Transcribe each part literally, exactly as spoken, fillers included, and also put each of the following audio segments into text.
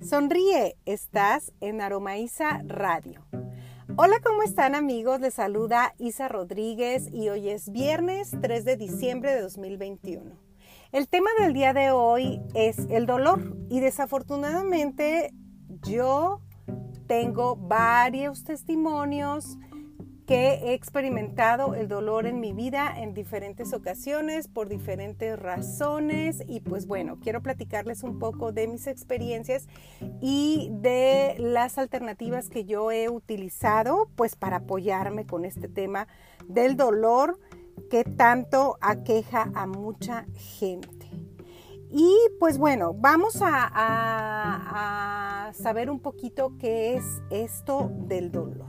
Sonríe, estás en Aromaísa Radio. Hola, ¿cómo están amigos? Les saluda Isa Rodríguez y hoy es viernes tres de diciembre de dos mil veintiuno. El tema del día de hoy es el dolor y desafortunadamente yo tengo varios testimonios que he experimentado el dolor en mi vida en diferentes ocasiones, por diferentes razones y pues bueno, quiero platicarles un poco de mis experiencias y de las alternativas que yo he utilizado pues para apoyarme con este tema del dolor que tanto aqueja a mucha gente. Y pues bueno, vamos a, a, a saber un poquito qué es esto del dolor.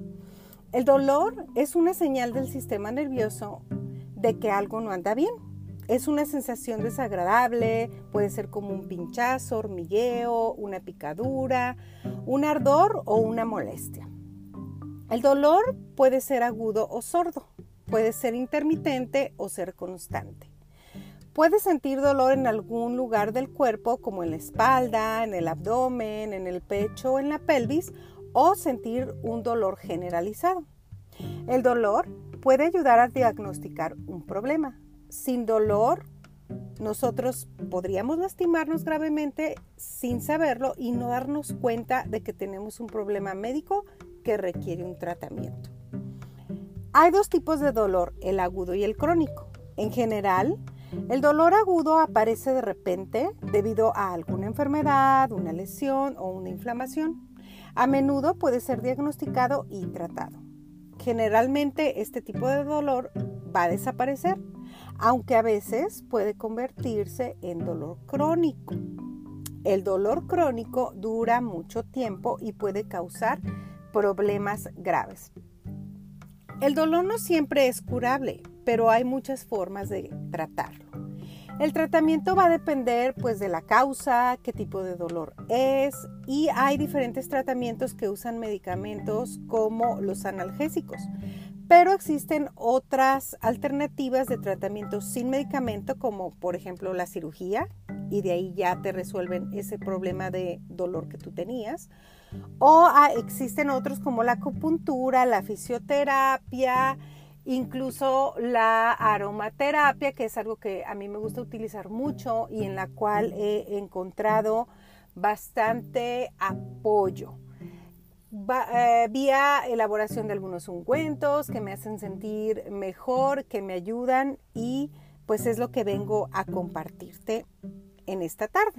El dolor es una señal del sistema nervioso de que algo no anda bien. Es una sensación desagradable, puede ser como un pinchazo, hormigueo, una picadura, un ardor o una molestia. El dolor puede ser agudo o sordo, puede ser intermitente o ser constante. Puedes sentir dolor en algún lugar del cuerpo, como en la espalda, en el abdomen, en el pecho o en la pelvis, o sentir un dolor generalizado. El dolor puede ayudar a diagnosticar un problema. Sin dolor, nosotros podríamos lastimarnos gravemente sin saberlo y no darnos cuenta de que tenemos un problema médico que requiere un tratamiento. Hay dos tipos de dolor, el agudo y el crónico. En general, el dolor agudo aparece de repente debido a alguna enfermedad, una lesión o una inflamación. A menudo puede ser diagnosticado y tratado. Generalmente este tipo de dolor va a desaparecer, aunque a veces puede convertirse en dolor crónico. El dolor crónico dura mucho tiempo y puede causar problemas graves. El dolor no siempre es curable, pero hay muchas formas de tratarlo. El tratamiento va a depender pues de la causa, qué tipo de dolor es y hay diferentes tratamientos que usan medicamentos como los analgésicos, pero existen otras alternativas de tratamiento sin medicamento como por ejemplo la cirugía y de ahí ya te resuelven ese problema de dolor que tú tenías o ah, existen otros como la acupuntura, la fisioterapia, incluso la aromaterapia, que es algo que a mí me gusta utilizar mucho y en la cual he encontrado bastante apoyo. Va, eh, vía elaboración de algunos ungüentos que me hacen sentir mejor, que me ayudan y pues es lo que vengo a compartirte en esta tarde.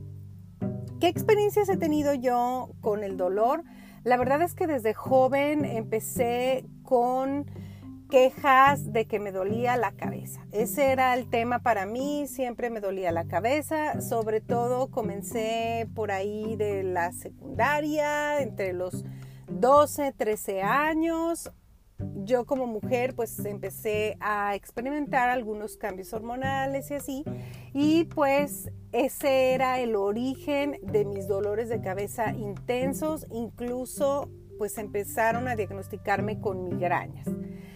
¿Qué experiencias he tenido yo con el dolor? La verdad es que desde joven empecé con quejas de que me dolía la cabeza. Ese era el tema para mí, siempre me dolía la cabeza, sobre todo comencé por ahí de la secundaria, entre los doce, trece años. Yo como mujer pues empecé a experimentar algunos cambios hormonales y así, y pues ese era el origen de mis dolores de cabeza intensos, incluso pues empezaron a diagnosticarme con migrañas.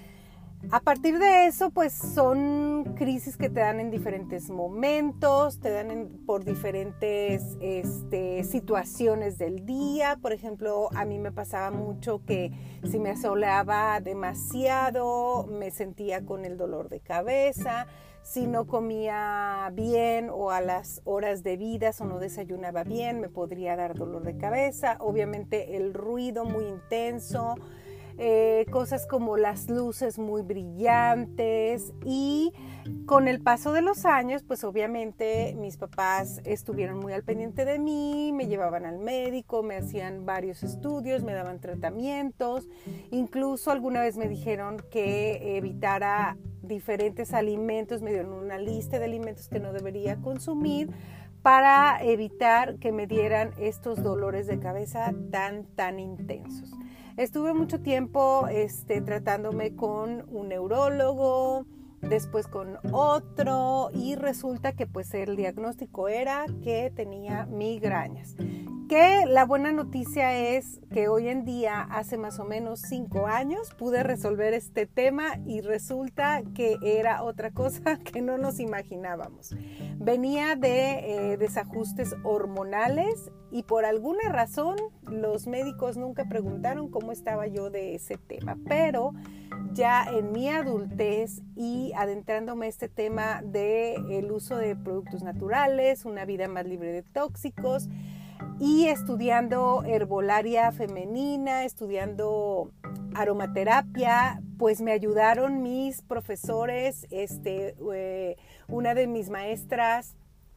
A partir de eso, pues son crisis que te dan en diferentes momentos, te dan en, por diferentes este, situaciones del día. Por ejemplo, a mí me pasaba mucho que si me asoleaba demasiado, me sentía con el dolor de cabeza. Si no comía bien o a las horas debidas o no desayunaba bien, me podría dar dolor de cabeza. Obviamente el ruido muy intenso. Eh, cosas como las luces muy brillantes y con el paso de los años pues obviamente mis papás estuvieron muy al pendiente de mí, me llevaban al médico, me hacían varios estudios, me daban tratamientos, incluso alguna vez me dijeron que evitara diferentes alimentos, me dieron una lista de alimentos que no debería consumir para evitar que me dieran estos dolores de cabeza tan tan intensos. Estuve mucho tiempo este, tratándome con un neurólogo, después con otro y resulta que pues el diagnóstico era que tenía migrañas. Que la buena noticia es que hoy en día, hace más o menos cinco años, pude resolver este tema y resulta que era otra cosa que no nos imaginábamos. Venía de eh, desajustes hormonales y por alguna razón los médicos nunca preguntaron cómo estaba yo de ese tema, pero ya en mi adultez y adentrándome a este tema del uso de productos naturales, una vida más libre de tóxicos, y estudiando herbolaria femenina, estudiando aromaterapia, pues me ayudaron mis profesores, este, eh, una de mis maestras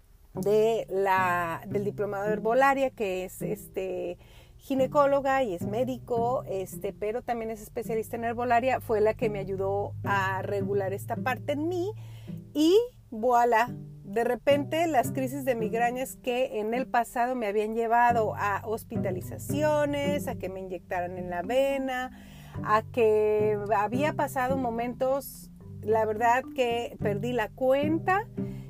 de la, del diplomado de herbolaria, que es este, ginecóloga y es médico, este, pero también es especialista en herbolaria, fue la que me ayudó a regular esta parte en mí y voilà. De repente las crisis de migrañas que en el pasado me habían llevado a hospitalizaciones, a que me inyectaran en la vena, a que había pasado momentos, la verdad que perdí la cuenta,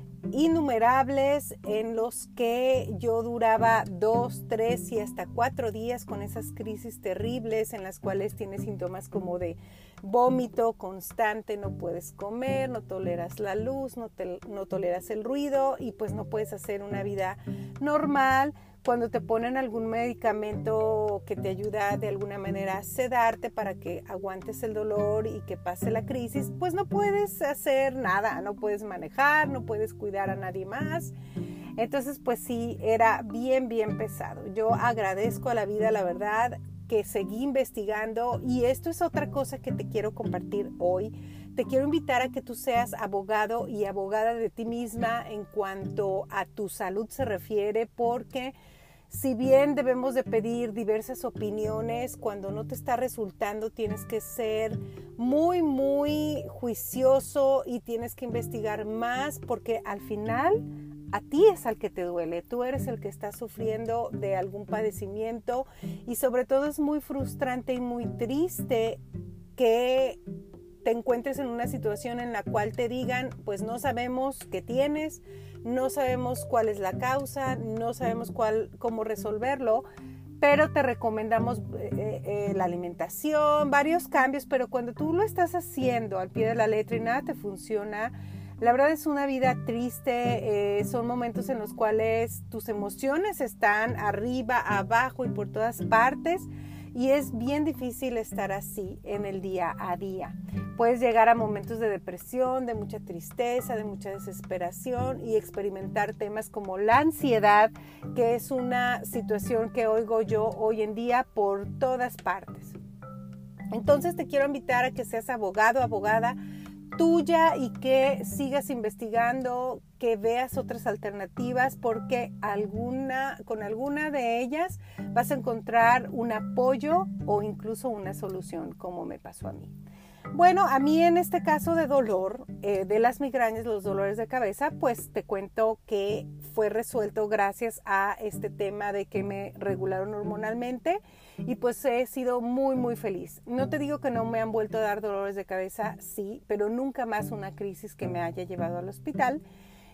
innumerables en los que yo duraba dos, tres y hasta cuatro días con esas crisis terribles en las cuales tienes síntomas como de vómito constante, no puedes comer, no toleras la luz, no, te, no toleras el ruido y pues no puedes hacer una vida normal. Cuando te ponen algún medicamento que te ayuda de alguna manera a sedarte para que aguantes el dolor y que pase la crisis, pues no puedes hacer nada, no puedes manejar, no puedes cuidar a nadie más. Entonces, pues sí, era bien, bien pesado. Yo agradezco a la vida, la verdad, que seguí investigando y esto es otra cosa que te quiero compartir hoy. Te quiero invitar a que tú seas abogado y abogada de ti misma en cuanto a tu salud se refiere, porque si bien debemos de pedir diversas opiniones, cuando no te está resultando tienes que ser muy, muy juicioso y tienes que investigar más, porque al final a ti es al que te duele, tú eres el que está sufriendo de algún padecimiento y sobre todo es muy frustrante y muy triste que te encuentres en una situación en la cual te digan, pues no sabemos qué tienes, no sabemos cuál es la causa, no sabemos cuál, cómo resolverlo, pero te recomendamos eh, eh, la alimentación, varios cambios, pero cuando tú lo estás haciendo al pie de la letra y nada te funciona, la verdad es una vida triste, eh, son momentos en los cuales tus emociones están arriba, abajo y por todas partes. Y es bien difícil estar así en el día a día. Puedes llegar a momentos de depresión, de mucha tristeza, de mucha desesperación y experimentar temas como la ansiedad, que es una situación que oigo yo hoy en día por todas partes. Entonces te quiero invitar a que seas abogado, abogada tuya y que sigas investigando, que veas otras alternativas, porque alguna, con alguna de ellas vas a encontrar un apoyo o incluso una solución, como me pasó a mí. Bueno, a mí en este caso de dolor, eh, de las migrañas, los dolores de cabeza, pues te cuento que fue resuelto gracias a este tema de que me regularon hormonalmente y pues he sido muy, muy feliz. No te digo que no me han vuelto a dar dolores de cabeza, sí, pero nunca más una crisis que me haya llevado al hospital.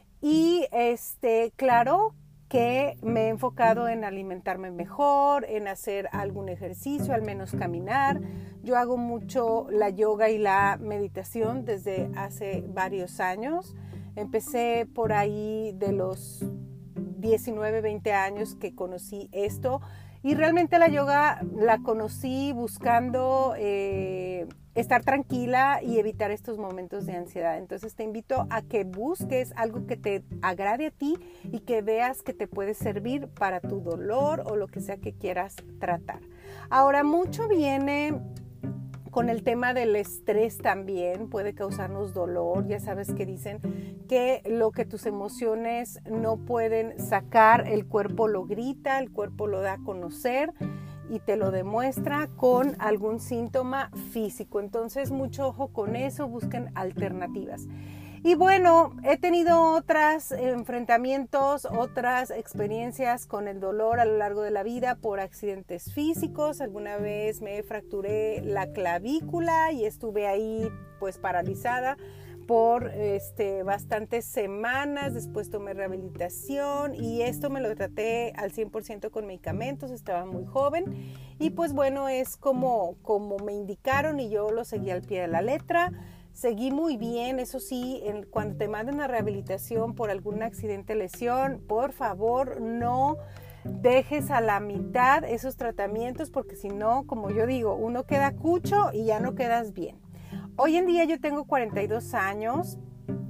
Y este, claro que me he enfocado en alimentarme mejor, en hacer algún ejercicio, al menos caminar. Yo hago mucho la yoga y la meditación desde hace varios años. Empecé por ahí de los diecinueve, veinte años que conocí esto. Y realmente la yoga la conocí buscando eh, estar tranquila y evitar estos momentos de ansiedad. Entonces te invito a que busques algo que te agrade a ti y que veas que te puede servir para tu dolor o lo que sea que quieras tratar. Ahora, mucho viene con el tema del estrés también, puede causarnos dolor. Ya sabes que dicen que lo que tus emociones no pueden sacar, el cuerpo lo grita, el cuerpo lo da a conocer y te lo demuestra con algún síntoma físico. Entonces, mucho ojo con eso, busquen alternativas. Y bueno, he tenido otros enfrentamientos, otras experiencias con el dolor a lo largo de la vida por accidentes físicos. Alguna vez me fracturé la clavícula y estuve ahí pues paralizada por este, bastantes semanas, después tomé rehabilitación y esto me lo traté al cien por ciento con medicamentos, estaba muy joven y pues bueno, es como, como me indicaron y yo lo seguí al pie de la letra. Seguí muy bien, eso sí, en, cuando te manden a rehabilitación por algún accidente o lesión, por favor no dejes a la mitad esos tratamientos porque si no, como yo digo, uno queda cucho y ya no quedas bien. Hoy en día yo tengo cuarenta y dos años.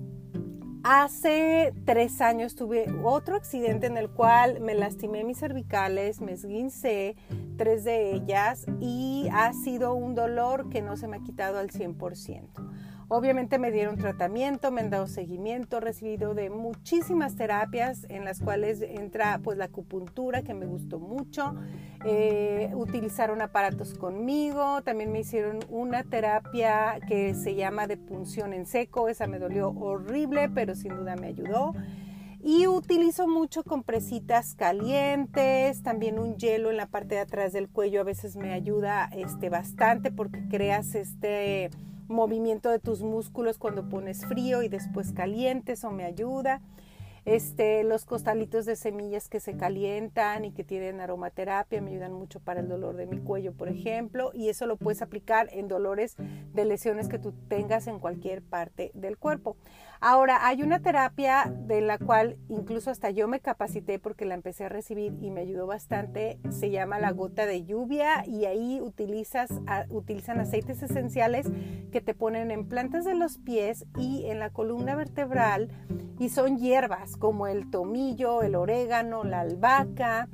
Hace tres años tuve otro accidente en el cual me lastimé mis cervicales, me esguincé tres de ellas y ha sido un dolor que no se me ha quitado al cien por ciento. Obviamente me dieron tratamiento, me han dado seguimiento, he recibido de muchísimas terapias en las cuales entra pues la acupuntura que me gustó mucho, eh, utilizaron aparatos conmigo, también me hicieron una terapia que se llama de punción en seco, esa me dolió horrible pero sin duda me ayudó. Y utilizo mucho compresitas calientes, también un hielo en la parte de atrás del cuello a veces me ayuda este, bastante porque creas este movimiento de tus músculos cuando pones frío y después calientes, eso me ayuda. Este, los costalitos de semillas que se calientan y que tienen aromaterapia me ayudan mucho para el dolor de mi cuello, por ejemplo, y eso lo puedes aplicar en dolores de lesiones que tú tengas en cualquier parte del cuerpo. Ahora, hay una terapia de la cual incluso hasta yo me capacité porque la empecé a recibir y me ayudó bastante, se llama la gota de lluvia y ahí utilizas, a, utilizan aceites esenciales que te ponen en plantas de los pies y en la columna vertebral y son hierbas como el tomillo, el orégano, la albahaca,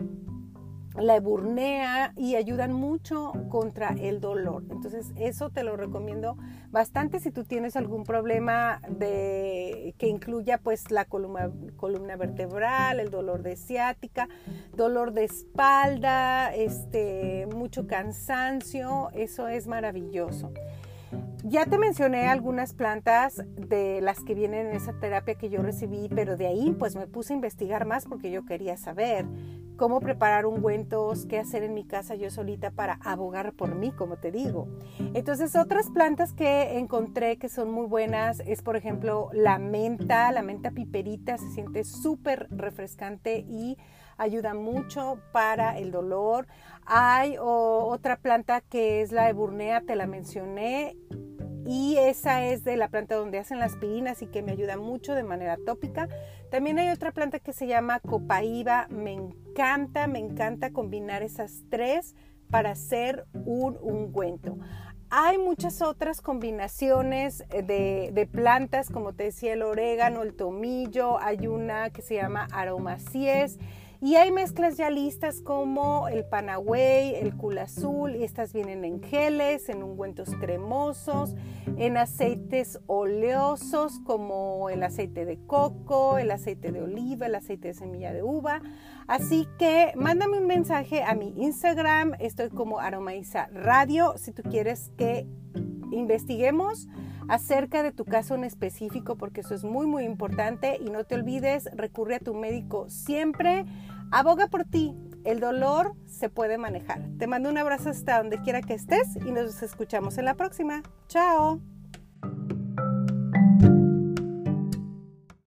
la eburnea y ayudan mucho contra el dolor. Entonces eso te lo recomiendo bastante si tú tienes algún problema de, que incluya pues la columna, columna vertebral, el dolor de ciática, dolor de espalda, este, mucho cansancio, eso es maravilloso. Ya te mencioné algunas plantas de las que vienen en esa terapia que yo recibí, pero de ahí pues me puse a investigar más porque yo quería saber cómo preparar ungüentos, qué hacer en mi casa yo solita para abogar por mí, como te digo. Entonces, otras plantas que encontré que son muy buenas es, por ejemplo, la menta, la menta piperita, se siente súper refrescante y ayuda mucho para el dolor. Hay oh, otra planta que es la eburnea, te la mencioné, y esa es de la planta donde hacen las aspirinas y que me ayuda mucho de manera tópica. También hay otra planta que se llama copaíba, me encanta, me encanta combinar esas tres para hacer un ungüento. Hay muchas otras combinaciones de, de plantas, como te decía, el orégano, el tomillo, hay una que se llama aromacies. Y hay mezclas ya listas como el panagüey, el cul azul, y estas vienen en geles, en ungüentos cremosos, en aceites oleosos como el aceite de coco, el aceite de oliva, el aceite de semilla de uva. Así que mándame un mensaje a mi Instagram, estoy como Aromaiza Radio, si tú quieres que investiguemos acerca de tu caso en específico, porque eso es muy muy importante. Y no te olvides, recurre a tu médico siempre, aboga por ti, el dolor se puede manejar. Te mando un abrazo hasta donde quiera que estés y nos escuchamos en la próxima. Chao.